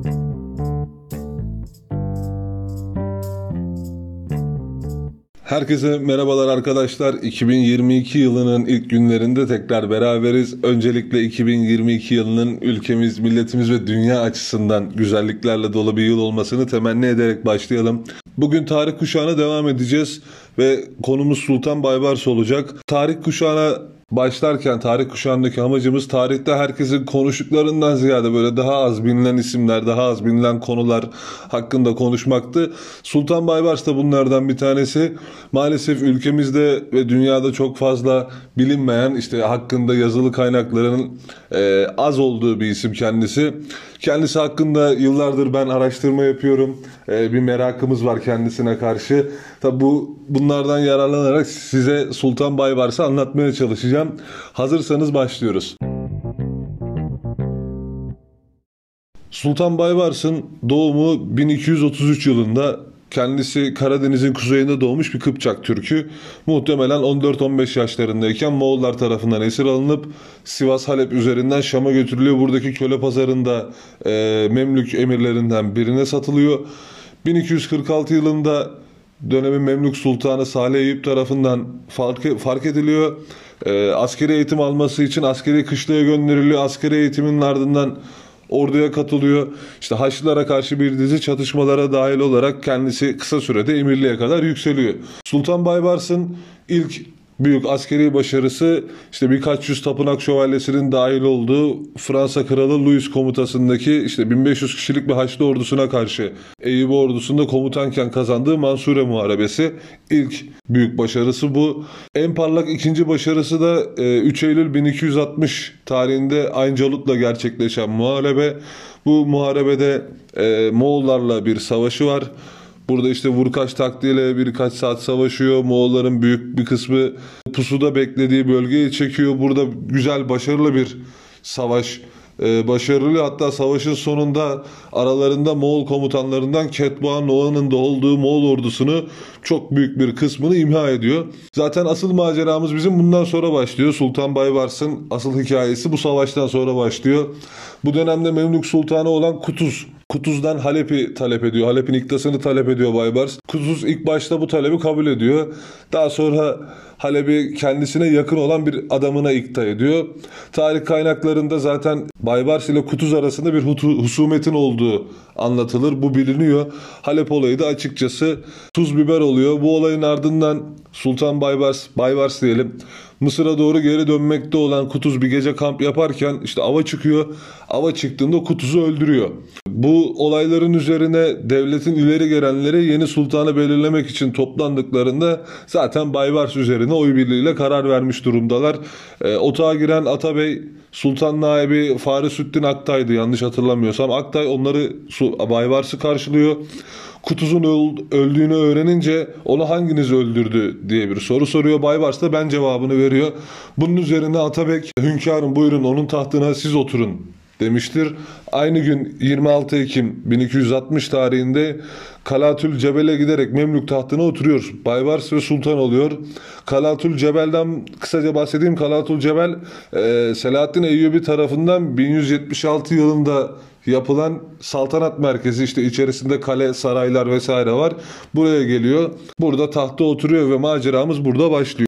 Herkese merhabalar arkadaşlar. 2022 yılının ilk günlerinde tekrar beraberiz. Öncelikle 2022 yılının ülkemiz, milletimiz ve dünya açısından güzelliklerle dolu bir yıl olmasını temenni ederek başlayalım. Bugün tarih kuşağına devam edeceğiz ve konumuz Sultan Baybars olacak. Tarih kuşağına başlarken tarih kuşağındaki amacımız tarihte herkesin konuştuklarından ziyade böyle daha az bilinen isimler, daha az bilinen konular hakkında konuşmaktı. Sultan Baybars da bunlardan bir tanesi. Maalesef ülkemizde ve dünyada çok fazla bilinmeyen, hakkında yazılı kaynakların az olduğu bir isim kendisi. Kendisi hakkında yıllardır ben araştırma yapıyorum. Bir merakımız var kendisine karşı. Tabi bunlardan yararlanarak size Sultan Baybars'ı anlatmaya çalışacağım. Hazırsanız başlıyoruz. Sultan Baybars'ın doğumu 1233 yılında. Kendisi Karadeniz'in kuzeyinde doğmuş bir Kıpçak Türk'ü. Muhtemelen 14-15 yaşlarındayken Moğollar tarafından esir alınıp Sivas Halep üzerinden Şam'a götürülüyor. Buradaki köle pazarında Memlük emirlerinden birine satılıyor. 1246 yılında dönemin Memlük Sultanı Salih Eyüp tarafından fark ediliyor. Askeri eğitim alması için askeri kışlaya gönderiliyor. Askeri eğitiminin ardından orduya katılıyor. Haçlılara karşı bir dizi çatışmalara dahil olarak kendisi kısa sürede emirliğe kadar yükseliyor. Sultan Baybars'ın ilk büyük askeri başarısı birkaç yüz tapınak şövalyesinin dahil olduğu Fransa Kralı Louis komutasındaki 1500 kişilik bir Haçlı ordusuna karşı Eyüp ordusunda komutanken kazandığı Mansure Muharebesi. İlk büyük başarısı bu. En parlak ikinci başarısı da 3 Eylül 1260 tarihinde Ayncalut'la gerçekleşen muharebe. Bu muharebede Moğollarla bir savaşı var. Burada vurkaç taktiğiyle birkaç saat savaşıyor. Moğolların büyük bir kısmı pusuda beklediği bölgeyi çekiyor. Burada güzel, başarılı bir savaş. Başarılı, hatta savaşın sonunda aralarında Moğol komutanlarından Ketbuğan Noğa'nın da olduğu Moğol ordusunu çok büyük bir kısmını imha ediyor. Zaten asıl maceramız bizim bundan sonra başlıyor. Sultan Baybars'ın asıl hikayesi bu savaştan sonra başlıyor. Bu dönemde Memlük Sultanı olan Kutuz'dan Halep'i talep ediyor. Halep'in iktisini talep ediyor Baybars. Kutuz ilk başta bu talebi kabul ediyor. Daha sonra Halep'i kendisine yakın olan bir adamına ikta ediyor. Tarih kaynaklarında zaten Baybars ile Kutuz arasında bir husumetin olduğu anlatılır. Bu biliniyor. Halep olayı da açıkçası tuz biber oluyor. Bu olayın ardından Sultan Baybars diyelim, Mısır'a doğru geri dönmekte olan Kutuz bir gece kamp yaparken ava çıkıyor. Ava çıktığında Kutuz'u öldürüyor. Bu olayların üzerine devletin ileri gelenleri yeni sultanı belirlemek için toplandıklarında zaten Baybars üzerine oy birliğiyle karar vermiş durumdalar. Otağa giren Atabey Sultan Naibi Farisüddin Aktay'dı yanlış hatırlamıyorsam. Aktay Baybars'ı karşılıyor. Kutuz'un öldüğünü öğrenince onu hanginiz öldürdü diye bir soru soruyor. Baybars da ben cevabını veriyor. Bunun üzerine Atabek, hünkârım buyurun onun tahtına siz oturun demiştir. Aynı gün 26 Ekim 1260 tarihinde Kalatül Cebel'e giderek Memlük tahtına oturuyor. Baybars ve sultan oluyor. Kalatül Cebel'den kısaca bahsedeyim. Kalatül Cebel Selahaddin Eyyubi tarafından 1176 yılında yapılan saltanat merkezi, içerisinde kale, saraylar vesaire var. Buraya geliyor. Burada tahta oturuyor ve maceramız burada başlıyor.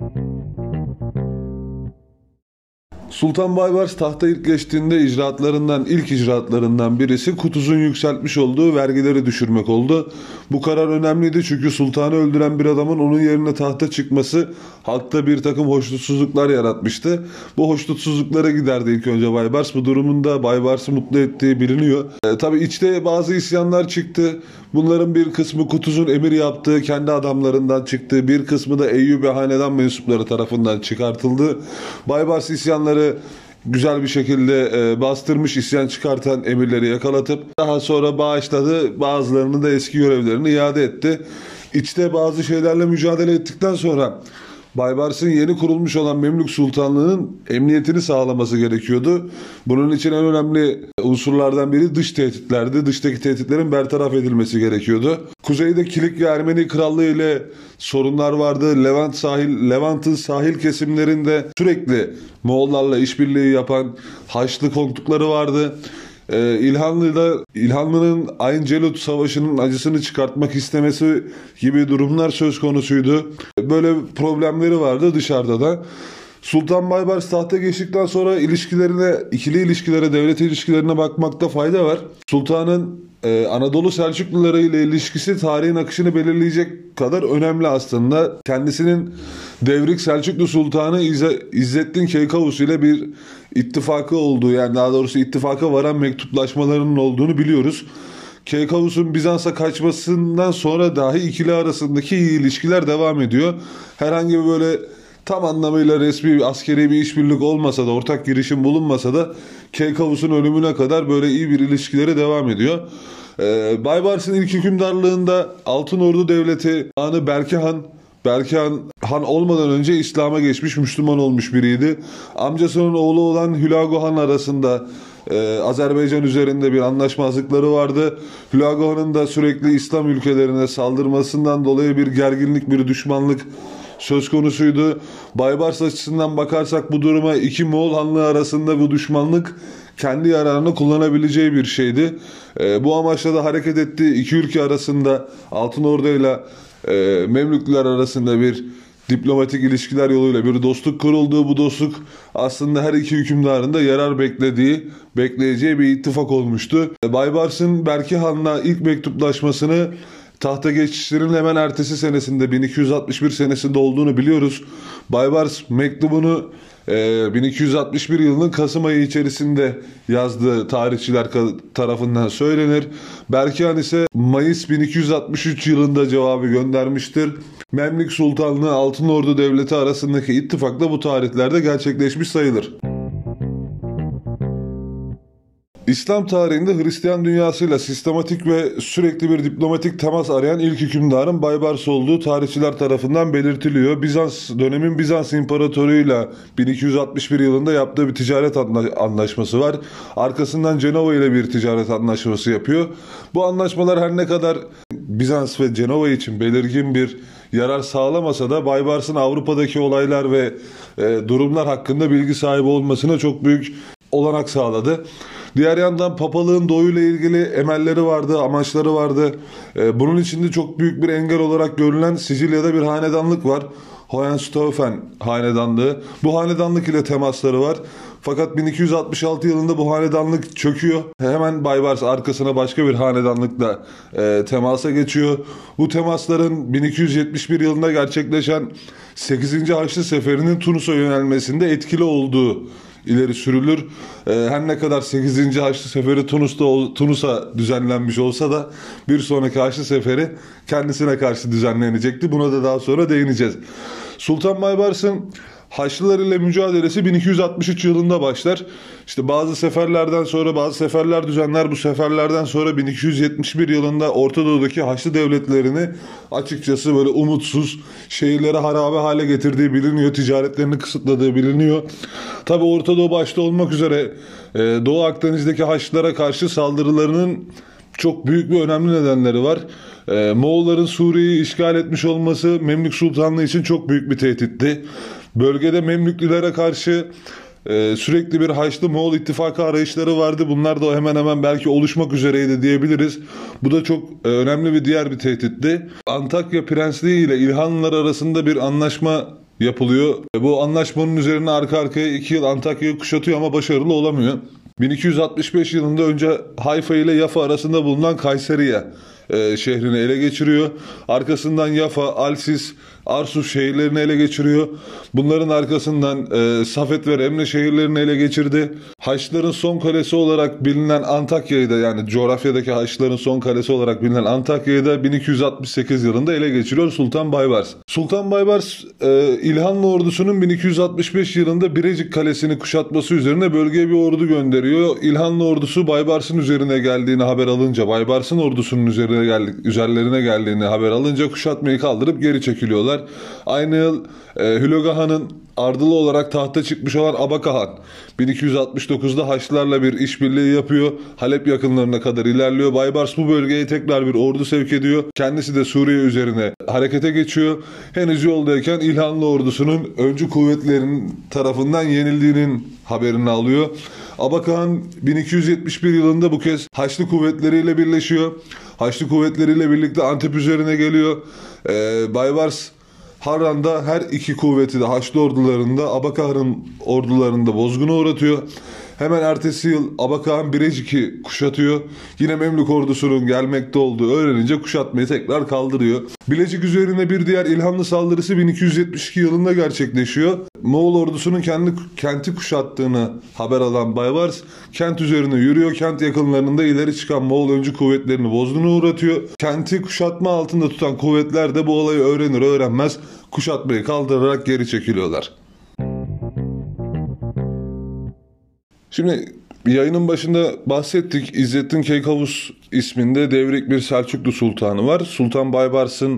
Sultan Baybars tahta ilk geçtiğinde ilk icraatlarından birisi Kutuz'un yükseltmiş olduğu vergileri düşürmek oldu. Bu karar önemliydi çünkü sultanı öldüren bir adamın onun yerine tahta çıkması halkta bir takım hoşnutsuzluklar yaratmıştı. Bu hoşnutsuzluklara giderdi ilk önce Baybars. Bu durumunda Baybars'ı mutlu ettiği biliniyor. Tabii içte bazı isyanlar çıktı. Bunların bir kısmı Kutuz'un emir yaptığı kendi adamlarından çıktı. Bir kısmı da Eyyubi hanedan mensupları tarafından çıkartıldı. Baybars isyanları güzel bir şekilde bastırmış, isyan çıkartan emirleri yakalatıp daha sonra bağışladı. Bazılarını da eski görevlerini iade etti. İçte bazı şeylerle mücadele ettikten sonra Baybars'ın yeni kurulmuş olan Memlük Sultanlığı'nın emniyetini sağlaması gerekiyordu. Bunun için en önemli unsurlardan biri dış tehditlerdi. Dıştaki tehditlerin bertaraf edilmesi gerekiyordu. Kuzeyde Kilikya Ermeni Krallığı ile sorunlar vardı. Levant'ın sahil kesimlerinde sürekli Moğollarla işbirliği yapan Haçlı kontukları vardı. İlhanlı'nın Ayn Celut Savaşı'nın acısını çıkartmak istemesi gibi durumlar söz konusuydu. Böyle problemleri vardı dışarıda da. Sultan Baybars tahta geçtikten sonra ikili ilişkilere, devlet ilişkilerine bakmakta fayda var. Sultanın Anadolu Selçukluları ile ilişkisi tarihin akışını belirleyecek kadar önemli aslında. Kendisinin Devrik Selçuklu Sultanı İzzettin Keykavus ile bir ittifakı olduğu, yani daha doğrusu ittifaka varan mektuplaşmalarının olduğunu biliyoruz. Keykavus'un Bizans'a kaçmasından sonra dahi ikili arasındaki iyi ilişkiler devam ediyor. Herhangi bir böyle tam anlamıyla resmi askeri bir işbirlik olmasa da, ortak girişim bulunmasa da Keykavus'un ölümüne kadar böyle iyi bir ilişkileri devam ediyor. Baybars'ın ilk hükümdarlığında Altınordu Devleti Hanı Berke Han olmadan önce İslam'a geçmiş, Müslüman olmuş biriydi. Amcasının oğlu olan Hülagu Han arasında Azerbaycan üzerinde bir anlaşmazlıkları vardı. Hülagu Han'ın da sürekli İslam ülkelerine saldırmasından dolayı bir gerginlik, bir düşmanlık söz konusuydu. Baybars açısından bakarsak bu duruma iki Moğol Hanlığı arasında bu düşmanlık kendi yararını kullanabileceği bir şeydi. Bu amaçla da hareket etti. İki ülke arasında Altınordu ile Memlükler arasında bir diplomatik ilişkiler yoluyla bir dostluk kuruldu. Bu dostluk aslında her iki hükümdarın da yarar bekleyeceği bir ittifak olmuştu. Baybars'ın Berke Han'la ilk mektuplaşmasını tahta geçişlerinin hemen ertesi senesinde 1261 senesinde olduğunu biliyoruz. Baybars mektubunu 1261 yılının Kasım ayı içerisinde yazdığı tarihçiler tarafından söylenir. Berke ise Mayıs 1263 yılında cevabı göndermiştir. Memlük Sultanlığı Altınordu Devleti arasındaki ittifak da bu tarihlerde gerçekleşmiş sayılır. İslam tarihinde Hristiyan dünyasıyla sistematik ve sürekli bir diplomatik temas arayan ilk hükümdarın Baybars olduğu tarihçiler tarafından belirtiliyor. Dönemin Bizans İmparatorluğu'yla 1261 yılında yaptığı bir ticaret anlaşması var. Arkasından Cenova ile bir ticaret anlaşması yapıyor. Bu anlaşmalar her ne kadar Bizans ve Cenova için belirgin bir yarar sağlamasa da Baybars'ın Avrupa'daki olaylar ve durumlar hakkında bilgi sahibi olmasına çok büyük olanak sağladı. Diğer yandan papalığın doğuyla ilgili emelleri vardı, amaçları vardı. Bunun içinde çok büyük bir engel olarak görülen Sicilya'da bir hanedanlık var. Hohenstaufen hanedanlığı. Bu hanedanlık ile temasları var. Fakat 1266 yılında bu hanedanlık çöküyor. Hemen Baybars arkasına başka bir hanedanlıkla temasa geçiyor. Bu temasların 1271 yılında gerçekleşen 8. Haçlı Seferi'nin Tunus'a yönelmesinde etkili olduğu ileri sürülür. Her ne kadar 8. Haçlı Seferi Tunus'a düzenlenmiş olsa da bir sonraki Haçlı Seferi kendisine karşı düzenlenecekti. Buna da daha sonra değineceğiz. Sultan Baybars'ın Haçlılar ile mücadelesi 1263 yılında başlar. İşte bazı seferler düzenler. Bu seferlerden sonra 1271 yılında Orta Doğu'daki Haçlı devletlerini açıkçası böyle umutsuz, şehirleri harabe hale getirdiği biliniyor. Ticaretlerini kısıtladığı biliniyor. Tabi Orta Doğu başta olmak üzere Doğu Akdeniz'deki Haçlılara karşı saldırılarının çok büyük ve önemli nedenleri var. Moğolların Suriye'yi işgal etmiş olması Memlük Sultanlığı için çok büyük bir tehditti. Bölgede Memlüklülere karşı sürekli bir Haçlı Moğol ittifakı arayışları vardı. Bunlar da hemen hemen belki oluşmak üzereydi diyebiliriz. Bu da çok önemli bir diğer bir tehditti. Antakya Prensliği ile İlhanlılar arasında bir anlaşma yapılıyor. Bu anlaşmanın üzerine arka arkaya 2 yıl Antakya'yı kuşatıyor ama başarılı olamıyor. 1265 yılında önce Hayfa ile Yafa arasında bulunan Kayseriye şehrini ele geçiriyor. Arkasından Yafa, Alsis, Arsus şehirlerini ele geçiriyor. Bunların arkasından Safet ve Remle şehirlerini ele geçirdi. Haçlıların son kalesi olarak bilinen Antakya'yı da, yani coğrafyadaki Haçlıların son kalesi olarak bilinen Antakya'yı da 1268 yılında ele geçiriyor Sultan Baybars. Sultan Baybars İlhanlı ordusunun 1265 yılında Birecik Kalesi'ni kuşatması üzerine bölgeye bir ordu gönderiyor. İlhanlı ordusu Baybars'ın üzerine geldiğini haber alınca, Baybars'ın ordusunun üzerine üzerlerine geldiğini haber alınca kuşatmayı kaldırıp geri çekiliyorlar. Aynı yıl Hülagü Han'ın ardılı olarak tahta çıkmış olan Abaka Han 1269'da Haçlılarla bir işbirliği yapıyor. Halep yakınlarına kadar ilerliyor. Baybars bu bölgeye tekrar bir ordu sevk ediyor. Kendisi de Suriye üzerine harekete geçiyor. Henüz yoldayken İlhanlı ordusunun öncü kuvvetlerinin tarafından yenildiğinin haberini alıyor. Abaka Han 1271 yılında bu kez Haçlı kuvvetleriyle birleşiyor. Haçlı kuvvetleriyle birlikte Antep üzerine geliyor. Baybars Harran'da her iki kuvveti de Haçlı ordularında, Abaka Han'ın ordularında bozguna uğratıyor. Hemen ertesi yıl Abaka Han Birecik'i kuşatıyor. Yine Memlük ordusunun gelmekte olduğu öğrenince kuşatmayı tekrar kaldırıyor. Bilecik üzerine bir diğer İlhanlı saldırısı 1272 yılında gerçekleşiyor. Moğol ordusunun kenti kuşattığını haber alan Baybars kent üzerine yürüyor. Kent yakınlarında ileri çıkan Moğol öncü kuvvetlerini bozguna uğratıyor. Kenti kuşatma altında tutan kuvvetler de bu olayı öğrenir öğrenmez kuşatmayı kaldırarak geri çekiliyorlar. Şimdi yayının başında bahsettik. İzzettin Keykavus isminde devrik bir Selçuklu sultanı var. Sultan Baybars'ın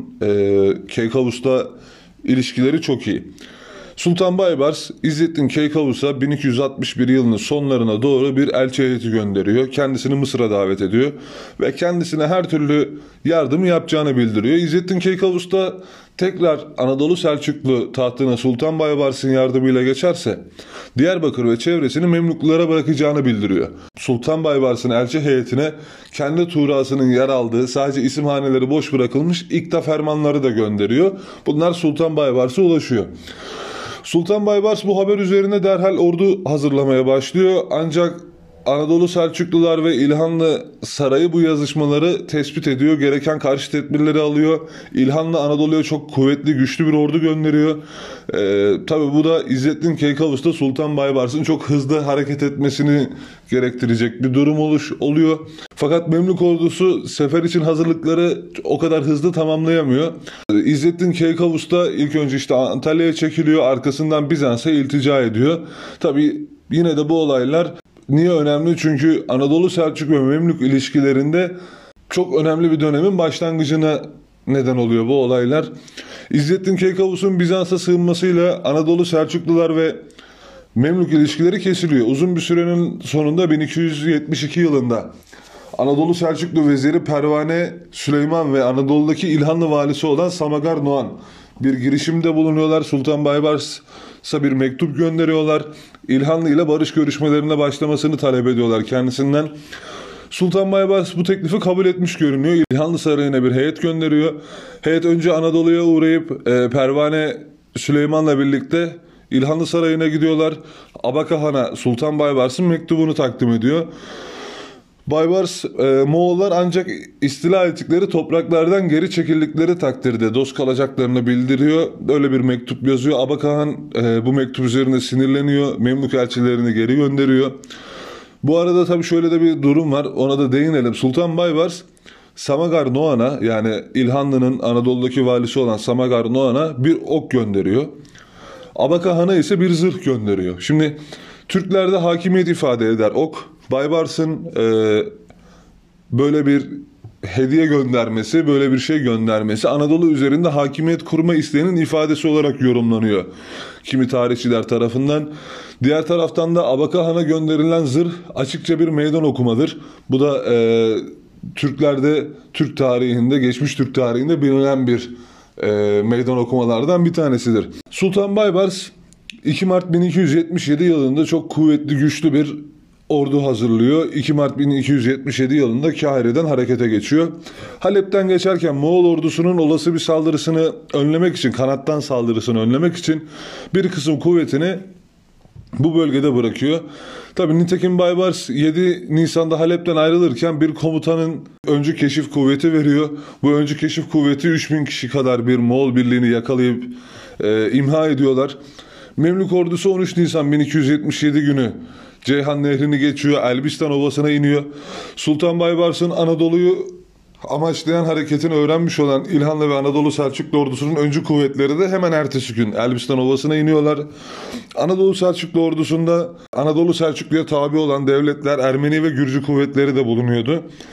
Keykavus'la ilişkileri çok iyi. Sultan Baybars İzzettin Keykavus'a 1261 yılının sonlarına doğru bir elçi heyeti gönderiyor. Kendisini Mısır'a davet ediyor ve kendisine her türlü yardım yapacağını bildiriyor. İzzettin Keykavus da tekrar Anadolu Selçuklu tahtına Sultan Baybars'ın yardımıyla geçerse Diyarbakır ve çevresini Memluklulara bırakacağını bildiriyor. Sultan Baybars'ın elçi heyetine kendi tuğrasının yer aldığı sadece isimhaneleri boş bırakılmış ikta fermanları da gönderiyor. Bunlar Sultan Baybars'a ulaşıyor. Sultan Baybars bu haber üzerine derhal ordu hazırlamaya başlıyor. Ancak Anadolu Selçuklular ve İlhanlı Sarayı bu yazışmaları tespit ediyor. Gereken karşı tedbirleri alıyor. İlhanlı Anadolu'ya çok kuvvetli, güçlü bir ordu gönderiyor. Tabi bu da İzzettin Keykavus'ta Sultan Baybars'ın çok hızlı hareket etmesini gerektirecek bir durum oluyor. Fakat Memlük ordusu sefer için hazırlıkları o kadar hızlı tamamlayamıyor. İzzettin Keykavus da ilk önce işte Antalya'ya çekiliyor. Arkasından Bizans'a iltica ediyor. Tabi yine de bu olaylar niye önemli? Çünkü Anadolu Selçuk ve Memlük ilişkilerinde çok önemli bir dönemin başlangıcına neden oluyor bu olaylar. İzzettin Keykavus'un Bizans'a sığınmasıyla Anadolu Selçuklular ve Memlük ilişkileri kesiliyor. Uzun bir sürenin sonunda 1272 yılında Anadolu Selçuklu veziri Pervane Süleyman ve Anadolu'daki İlhanlı valisi olan Samagar Noğan bir girişimde bulunuyorlar. Sultan Baybars'a bir mektup gönderiyorlar. İlhanlı ile barış görüşmelerine başlamasını talep ediyorlar kendisinden. Sultan Baybars bu teklifi kabul etmiş görünüyor. İlhanlı Sarayı'na bir heyet gönderiyor. Heyet önce Anadolu'ya uğrayıp Pervane Süleyman'la birlikte İlhanlı Sarayı'na gidiyorlar. Abaka Han'a Sultan Baybars'ın mektubunu takdim ediyor. Baybars, Moğollar ancak istila ettikleri topraklardan geri çekildikleri takdirde dost kalacaklarını bildiriyor. Böyle bir mektup yazıyor. Abaka Han bu mektup üzerine sinirleniyor. Memlük elçilerini geri gönderiyor. Bu arada tabii şöyle de bir durum var. Ona da değinelim. Sultan Baybars Samagar Noğan'a, yani İlhanlı'nın Anadolu'daki valisi olan Samagar Noğan'a bir ok gönderiyor. Abaka Han'a ise bir zırh gönderiyor. Şimdi Türklerde hakimiyet ifade eder ok. Baybars'ın böyle bir hediye göndermesi, böyle bir şey göndermesi Anadolu üzerinde hakimiyet kurma isteğinin ifadesi olarak yorumlanıyor kimi tarihçiler tarafından. Diğer taraftan da Abaka Han'a gönderilen zırh açıkça bir meydan okumadır. Bu da Türklerde, Türk tarihinde, geçmiş Türk tarihinde bilinen bir meydan okumalardan bir tanesidir. Sultan Baybars 2 Mart 1277 yılında çok kuvvetli, güçlü bir ordu hazırlıyor. 2 Mart 1277 yılında Kahire'den harekete geçiyor. Halep'ten geçerken Moğol ordusunun olası bir saldırısını önlemek için, kanattan saldırısını önlemek için bir kısım kuvvetini bu bölgede bırakıyor. Tabii nitekim Baybars 7 Nisan'da Halep'ten ayrılırken bir komutanın öncü keşif kuvveti veriyor. Bu öncü keşif kuvveti 3000 kişi kadar bir Moğol birliğini yakalayıp imha ediyorlar. Memlük ordusu 13 Nisan 1277 günü Ceyhan Nehri'ni geçiyor, Elbistan Ovası'na iniyor. Sultan Baybars'ın Anadolu'yu amaçlayan hareketini öğrenmiş olan İlhanlı ve Anadolu Selçuklu ordusunun öncü kuvvetleri de hemen ertesi gün Elbistan Ovası'na iniyorlar. Anadolu Selçuklu ordusunda Anadolu Selçuklu'ya tabi olan devletler, Ermeni ve Gürcü kuvvetleri de bulunuyordu.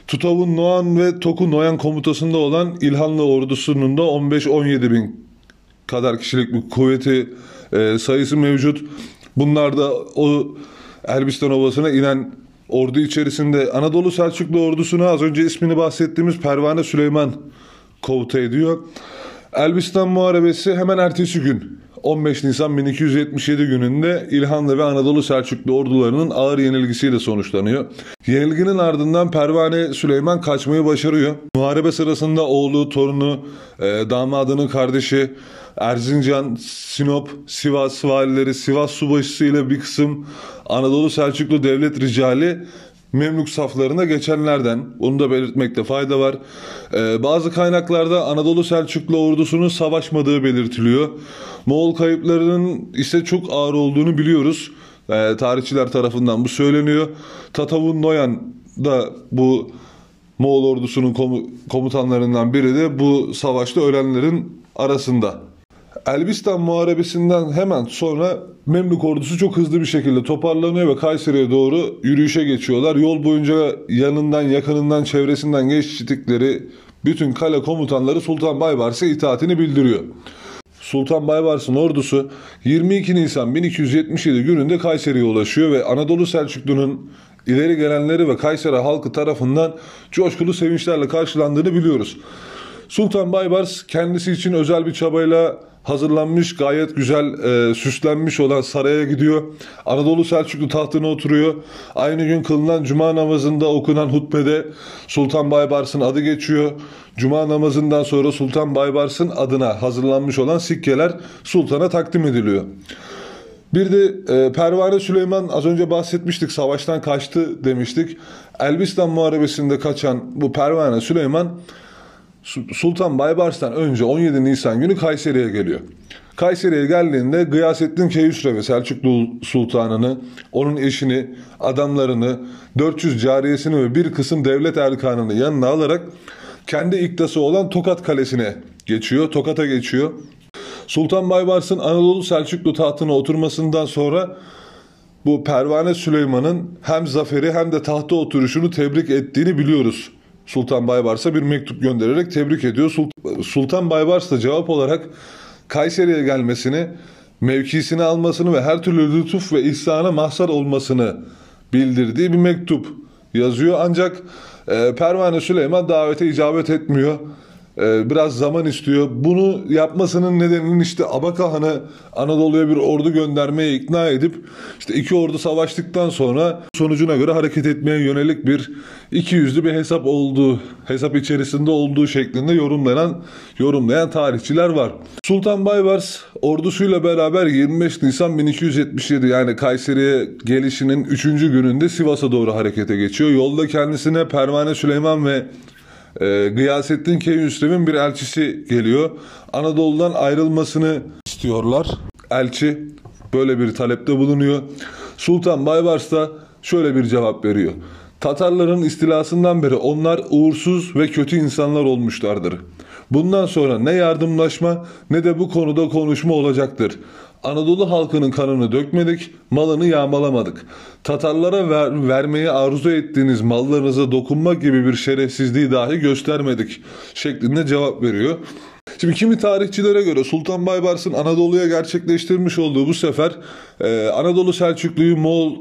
Tutav'ın Noyan ve Toku Noyan komutasında olan İlhanlı ordusunun da 15-17 bin kadar kişilik bir kuvveti sayısı mevcut. Bunlar da o Elbistan Ovası'na inen ordu içerisinde. Anadolu Selçuklu ordusuna az önce ismini bahsettiğimiz Pervane Süleyman komuta ediyor. Elbistan Muharebesi hemen ertesi gün 15 Nisan 1277 gününde İlhanlı ve Anadolu Selçuklu ordularının ağır yenilgisiyle sonuçlanıyor. Yenilginin ardından Pervane Süleyman kaçmayı başarıyor. Muharebe sırasında oğlu, torunu, damadının kardeşi Erzincan, Sinop, Sivas valileri, Sivas subaşısı ile bir kısım Anadolu Selçuklu devlet ricali Memlük saflarına geçenlerden. Onu da belirtmekte fayda var. Bazı kaynaklarda Anadolu Selçuklu ordusunun savaşmadığı belirtiliyor. Moğol kayıplarının ise çok ağır olduğunu biliyoruz. Tarihçiler tarafından bu söyleniyor. Tatavun Noyan da bu Moğol ordusunun komutanlarından biri de bu savaşta ölenlerin arasında. Elbistan Muharebesi'nden hemen sonra Memlük ordusu çok hızlı bir şekilde toparlanıyor ve Kayseri'ye doğru yürüyüşe geçiyorlar. Yol boyunca yanından, yakınından, çevresinden geçtikleri bütün kale komutanları Sultan Baybars'a itaatini bildiriyor. Sultan Baybars'ın ordusu 22 Nisan 1277 gününde Kayseri'ye ulaşıyor ve Anadolu Selçuklu'nun ileri gelenleri ve Kayseri halkı tarafından coşkulu sevinçlerle karşılandığını biliyoruz. Sultan Baybars kendisi için özel bir çabayla hazırlanmış, gayet güzel süslenmiş olan saraya gidiyor. Anadolu Selçuklu tahtına oturuyor. Aynı gün kılınan cuma namazında okunan hutbede Sultan Baybars'ın adı geçiyor. Cuma namazından sonra Sultan Baybars'ın adına hazırlanmış olan sikkeler sultana takdim ediliyor. Bir de Pervane Süleyman, az önce bahsetmiştik, savaştan kaçtı demiştik. Elbistan Muharebesi'nde kaçan bu Pervane Süleyman Sultan Baybars'tan önce 17 Nisan günü Kayseri'ye geliyor. Kayseri'ye geldiğinde Gıyasettin Keyhüsrev Selçuklu Sultanını, onun eşini, adamlarını, 400 cariyesini ve bir kısım devlet erkanını yanına alarak kendi iktası olan Tokat Kalesi'ne geçiyor, Tokat'a geçiyor. Sultan Baybars'ın Anadolu Selçuklu tahtına oturmasından sonra bu Pervane Süleyman'ın hem zaferi hem de tahta oturuşunu tebrik ettiğini biliyoruz. Sultan Baybars'a bir mektup göndererek tebrik ediyor. Sultan Baybars da cevap olarak Kayseri'ye gelmesini, mevkisini almasını ve her türlü lütuf ve ihsana mahzar olmasını bildirdiği bir mektup yazıyor. Ancak Pervane Süleyman davete icabet etmiyor. Biraz zaman istiyor. Bunu yapmasının nedeninin işte Abaka Han'ı Anadolu'ya bir ordu göndermeye ikna edip işte iki ordu savaştıktan sonra sonucuna göre hareket etmeye yönelik bir ikiyüzlü bir hesap içerisinde olduğu şeklinde yorumlayan tarihçiler var. Sultan Baybars ordusuyla beraber 25 Nisan 1277 yani Kayseri'ye gelişinin 3. gününde Sivas'a doğru harekete geçiyor. Yolda kendisine Pervane Süleyman ve Gıyasettin Keyhüsrev'in bir elçisi geliyor. Anadolu'dan ayrılmasını istiyorlar. Elçi böyle bir talepte bulunuyor. Sultan Baybars da şöyle bir cevap veriyor. Tatarların istilasından beri onlar uğursuz ve kötü insanlar olmuşlardır. Bundan sonra ne yardımlaşma ne de bu konuda konuşma olacaktır. Anadolu halkının kanını dökmedik, malını yağmalamadık. Tatarlara vermeyi arzu ettiğiniz mallarınıza dokunmak gibi bir şerefsizliği dahi göstermedik şeklinde cevap veriyor. Şimdi kimi tarihçilere göre Sultan Baybars'ın Anadolu'ya gerçekleştirmiş olduğu bu sefer Anadolu Selçuklu'yu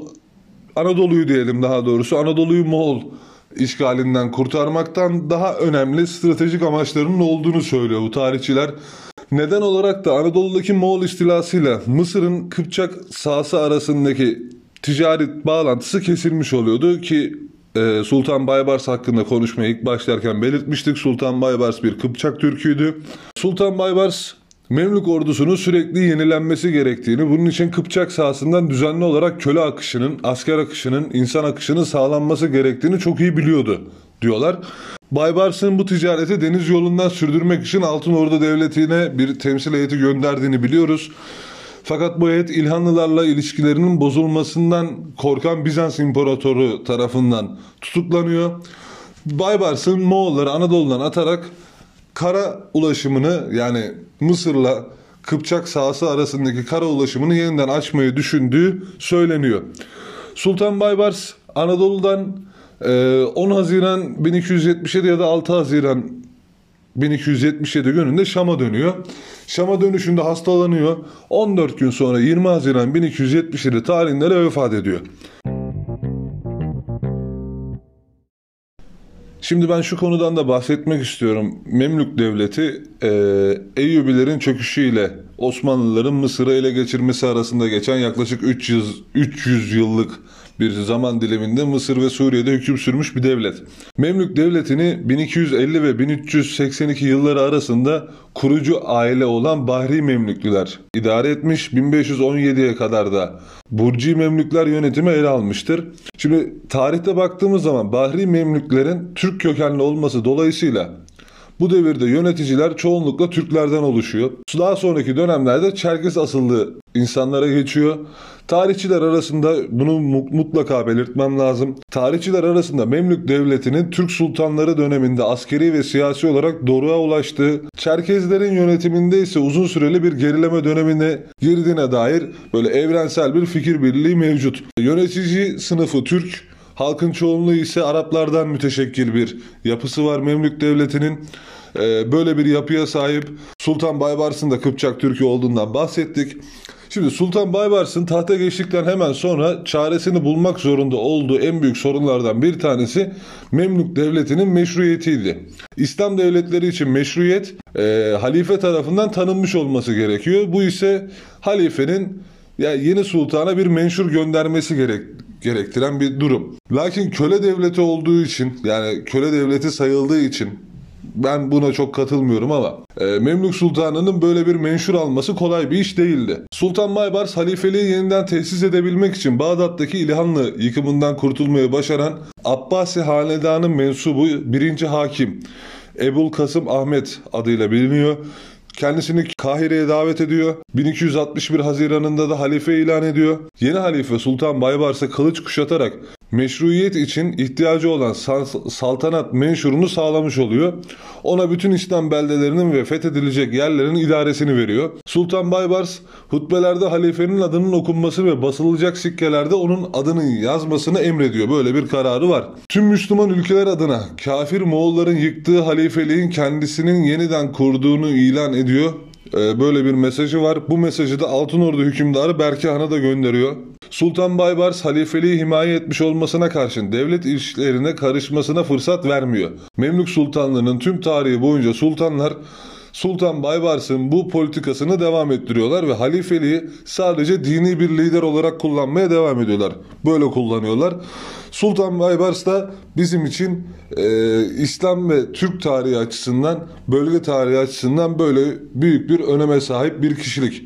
Anadolu'yu Moğol işgalinden kurtarmaktan daha önemli stratejik amaçlarının olduğunu söylüyor bu tarihçiler. Neden olarak da Anadolu'daki Moğol istilasıyla Mısır'ın Kıpçak sahası arasındaki ticari bağlantısı kesilmiş oluyordu ki Sultan Baybars hakkında konuşmaya ilk başlarken belirtmiştik. Sultan Baybars bir Kıpçak Türk'üydü. Sultan Baybars Memlük ordusunun sürekli yenilenmesi gerektiğini, bunun için Kıpçak sahasından düzenli olarak köle akışının, asker akışının, insan akışının sağlanması gerektiğini çok iyi biliyordu diyorlar. Baybars'ın bu ticareti deniz yolundan sürdürmek için Altın Ordu Devleti'ne bir temsil heyeti gönderdiğini biliyoruz. Fakat bu heyet İlhanlılarla ilişkilerinin bozulmasından korkan Bizans İmparatoru tarafından tutuklanıyor. Baybars'ın Moğolları Anadolu'dan atarak kara ulaşımını, yani Mısır'la Kıpçak sahası arasındaki kara ulaşımını yeniden açmayı düşündüğü söyleniyor. Sultan Baybars Anadolu'dan 10 Haziran 1277 ya da 6 Haziran 1277 gününde Şam'a dönüyor. Şam'a dönüşünde hastalanıyor. 14 gün sonra 20 Haziran 1277 tarihinde de vefat ediyor. Şimdi ben şu konudan da bahsetmek istiyorum. Memlük Devleti Eyyubilerin çöküşüyle Osmanlıların Mısır'ı ele geçirmesi arasında geçen yaklaşık 300 yıllık bir zaman diliminde Mısır ve Suriye'de hüküm sürmüş bir devlet. Memlük Devleti'ni 1250 ve 1382 yılları arasında kurucu aile olan Bahri Memlüklüler idare etmiş. 1517'ye kadar da Burci Memlükler yönetimi ele almıştır. Şimdi tarihte baktığımız zaman Bahri Memlüklerin Türk kökenli olması dolayısıyla bu devirde yöneticiler çoğunlukla Türklerden oluşuyor. Daha sonraki dönemlerde Çerkes asıllı insanlara geçiyor. Tarihçiler arasında bunu mutlaka belirtmem lazım. Tarihçiler arasında Memlük Devleti'nin Türk sultanları döneminde askeri ve siyasi olarak doruğa ulaştığı, Çerkezlerin yönetiminde ise uzun süreli bir gerileme dönemine girdiğine dair böyle evrensel bir fikir birliği mevcut. Yönetici sınıfı Türk, halkın çoğunluğu ise Araplardan müteşekkil bir yapısı var Memlük Devleti'nin. Böyle bir yapıya sahip. Sultan Baybars'ın da Kıpçak Türk'ü olduğundan bahsettik. Şimdi Sultan Baybars'ın tahta geçtikten hemen sonra çaresini bulmak zorunda olduğu en büyük sorunlardan bir tanesi Memlük Devleti'nin meşruiyetiydi. İslam devletleri için meşruiyet halife tarafından tanınmış olması gerekiyor. Bu ise halifenin yeni sultana bir menşur göndermesi gerektiren bir durum. Lakin köle devleti olduğu için, yani köle devleti sayıldığı için ben buna çok katılmıyorum ama Memlük Sultanı'nın böyle bir menşur alması kolay bir iş değildi. Sultan Baybars halifeliği yeniden tesis edebilmek için Bağdat'taki İlhanlı yıkımından kurtulmayı başaran Abbasi Hanedanı'nın mensubu 1. Hakim Ebul Kasım Ahmet adıyla biliniyor. Kendisini Kahire'ye davet ediyor. 1261 Haziran'ında da halife ilan ediyor. Yeni halife Sultan Baybars'a kılıç kuşatarak meşruiyet için ihtiyacı olan saltanat menşurunu sağlamış oluyor. Ona bütün İslam beldelerinin ve fethedilecek yerlerin idaresini veriyor. Sultan Baybars hutbelerde halifenin adının okunması ve basılacak sikkelerde onun adının yazmasını emrediyor. Böyle bir kararı var. Tüm Müslüman ülkeler adına kafir Moğolların yıktığı halifeliğin kendisinin yeniden kurduğunu ilan ediyor. Böyle bir mesajı var. Bu mesajı da Altınordu hükümdarı Berkehan'a da gönderiyor. Sultan Baybars halifeliği himaye etmiş olmasına karşın devlet işlerine karışmasına fırsat vermiyor. Memlük Sultanlığı'nın tüm tarihi boyunca sultanlar Sultan Baybars'ın bu politikasını devam ettiriyorlar ve halifeliği sadece dini bir lider olarak kullanmaya devam ediyorlar. Böyle kullanıyorlar. Sultan Baybars da bizim için İslam ve Türk tarihi açısından, bölge tarihi açısından böyle büyük bir öneme sahip bir kişilik.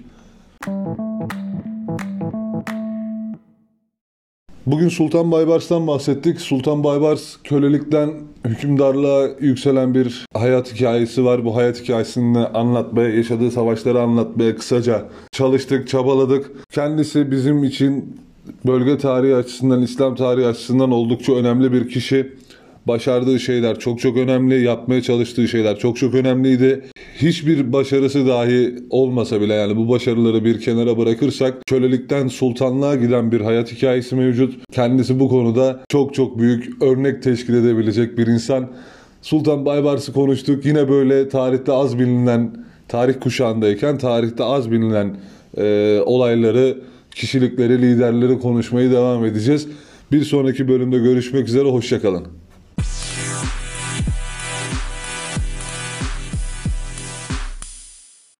Bugün Sultan Baybars'tan bahsettik. Sultan Baybars kölelikten hükümdarlığa yükselen bir hayat hikayesi var. Bu hayat hikayesini anlatmaya, yaşadığı savaşları anlatmaya kısaca çalıştık, çabaladık. Kendisi bizim için bölge tarihi açısından, İslam tarihi açısından oldukça önemli bir kişi. Başardığı şeyler çok çok önemli, yapmaya çalıştığı şeyler çok çok önemliydi. Hiçbir başarısı dahi olmasa bile, yani bu başarıları bir kenara bırakırsak, kölelikten sultanlığa giden bir hayat hikayesi mevcut. Kendisi bu konuda çok çok büyük örnek teşkil edebilecek bir insan. Sultan Baybars'ı konuştuk. Yine böyle tarihte az bilinen, tarih kuşağındayken tarihte az bilinen olayları, kişilikleri, liderleri konuşmayı devam edeceğiz. Bir sonraki bölümde görüşmek üzere, hoşça kalın.